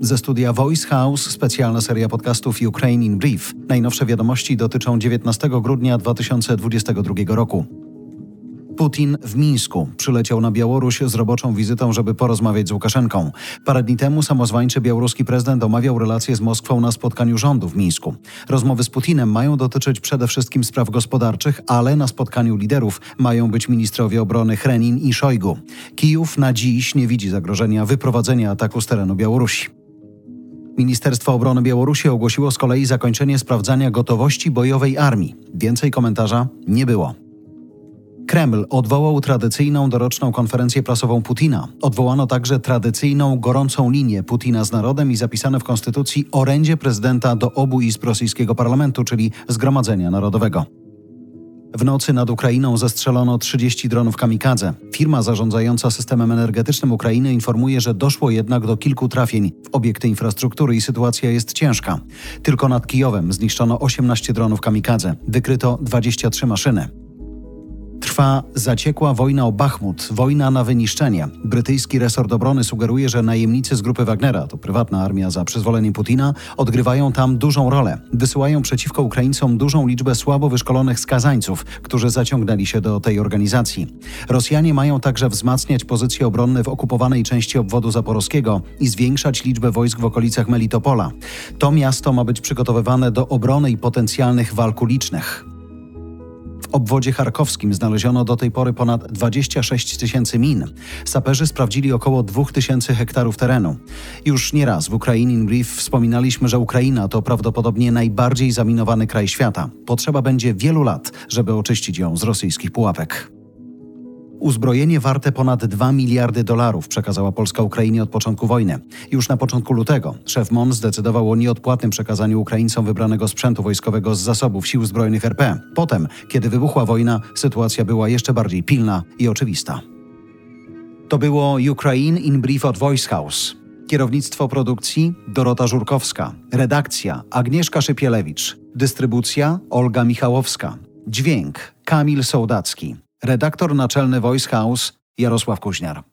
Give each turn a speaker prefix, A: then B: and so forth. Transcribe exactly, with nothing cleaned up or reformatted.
A: Ze studia Voice House specjalna seria podcastów Ukraine in Brief. Najnowsze wiadomości dotyczą dziewiętnastego grudnia dwa tysiące dwudziestego drugiego roku. Putin w Mińsku przyleciał na Białoruś z roboczą wizytą, żeby porozmawiać z Łukaszenką. Parę dni temu samozwańczy białoruski prezydent omawiał relacje z Moskwą na spotkaniu rządu w Mińsku. Rozmowy z Putinem mają dotyczyć przede wszystkim spraw gospodarczych, ale na spotkaniu liderów mają być ministrowie obrony Chrenin i Szojgu. Kijów na dziś nie widzi zagrożenia wyprowadzenia ataku z terenu Białorusi. Ministerstwo Obrony Białorusi ogłosiło z kolei zakończenie sprawdzania gotowości bojowej armii. Więcej komentarza nie było. Kreml odwołał tradycyjną doroczną konferencję prasową Putina. Odwołano także tradycyjną gorącą linię Putina z narodem i zapisane w konstytucji orędzie prezydenta do obu izb rosyjskiego parlamentu, czyli Zgromadzenia Narodowego. W nocy nad Ukrainą zestrzelono trzydzieści dronów kamikadze. Firma zarządzająca systemem energetycznym Ukrainy informuje, że doszło jednak do kilku trafień w obiekty infrastruktury i sytuacja jest ciężka. Tylko nad Kijowem zniszczono osiemnaście dronów kamikadze. Wykryto dwadzieścia trzy maszyny. Trwa zaciekła wojna o Bachmut, wojna na wyniszczenie. Brytyjski resort obrony sugeruje, że najemnicy z grupy Wagnera, to prywatna armia za przyzwoleniem Putina, odgrywają tam dużą rolę. Wysyłają przeciwko Ukraińcom dużą liczbę słabo wyszkolonych skazańców, którzy zaciągnęli się do tej organizacji. Rosjanie mają także wzmacniać pozycje obronne w okupowanej części obwodu zaporowskiego i zwiększać liczbę wojsk w okolicach Melitopola. To miasto ma być przygotowywane do obrony i potencjalnych walk ulicznych. W obwodzie charkowskim znaleziono do tej pory ponad dwadzieścia sześć tysięcy min. Saperzy sprawdzili około dwa tysiące hektarów terenu. Już nieraz w Ukraine in Brief wspominaliśmy, że Ukraina to prawdopodobnie najbardziej zaminowany kraj świata. Potrzeba będzie wielu lat, żeby oczyścić ją z rosyjskich pułapek. Uzbrojenie warte ponad dwa miliardy dolarów przekazała Polska Ukrainie od początku wojny. Już na początku lutego szef M O N zdecydował o nieodpłatnym przekazaniu Ukraińcom wybranego sprzętu wojskowego z zasobów Sił Zbrojnych R P. Potem, kiedy wybuchła wojna, sytuacja była jeszcze bardziej pilna i oczywista. To było Ukraine in Brief od Voice House. Kierownictwo produkcji Dorota Żurkowska. Redakcja Agnieszka Szypielewicz. Dystrybucja Olga Michałowska. Dźwięk Kamil Sołdacki. Redaktor naczelny Voice House Jarosław Kuźniar.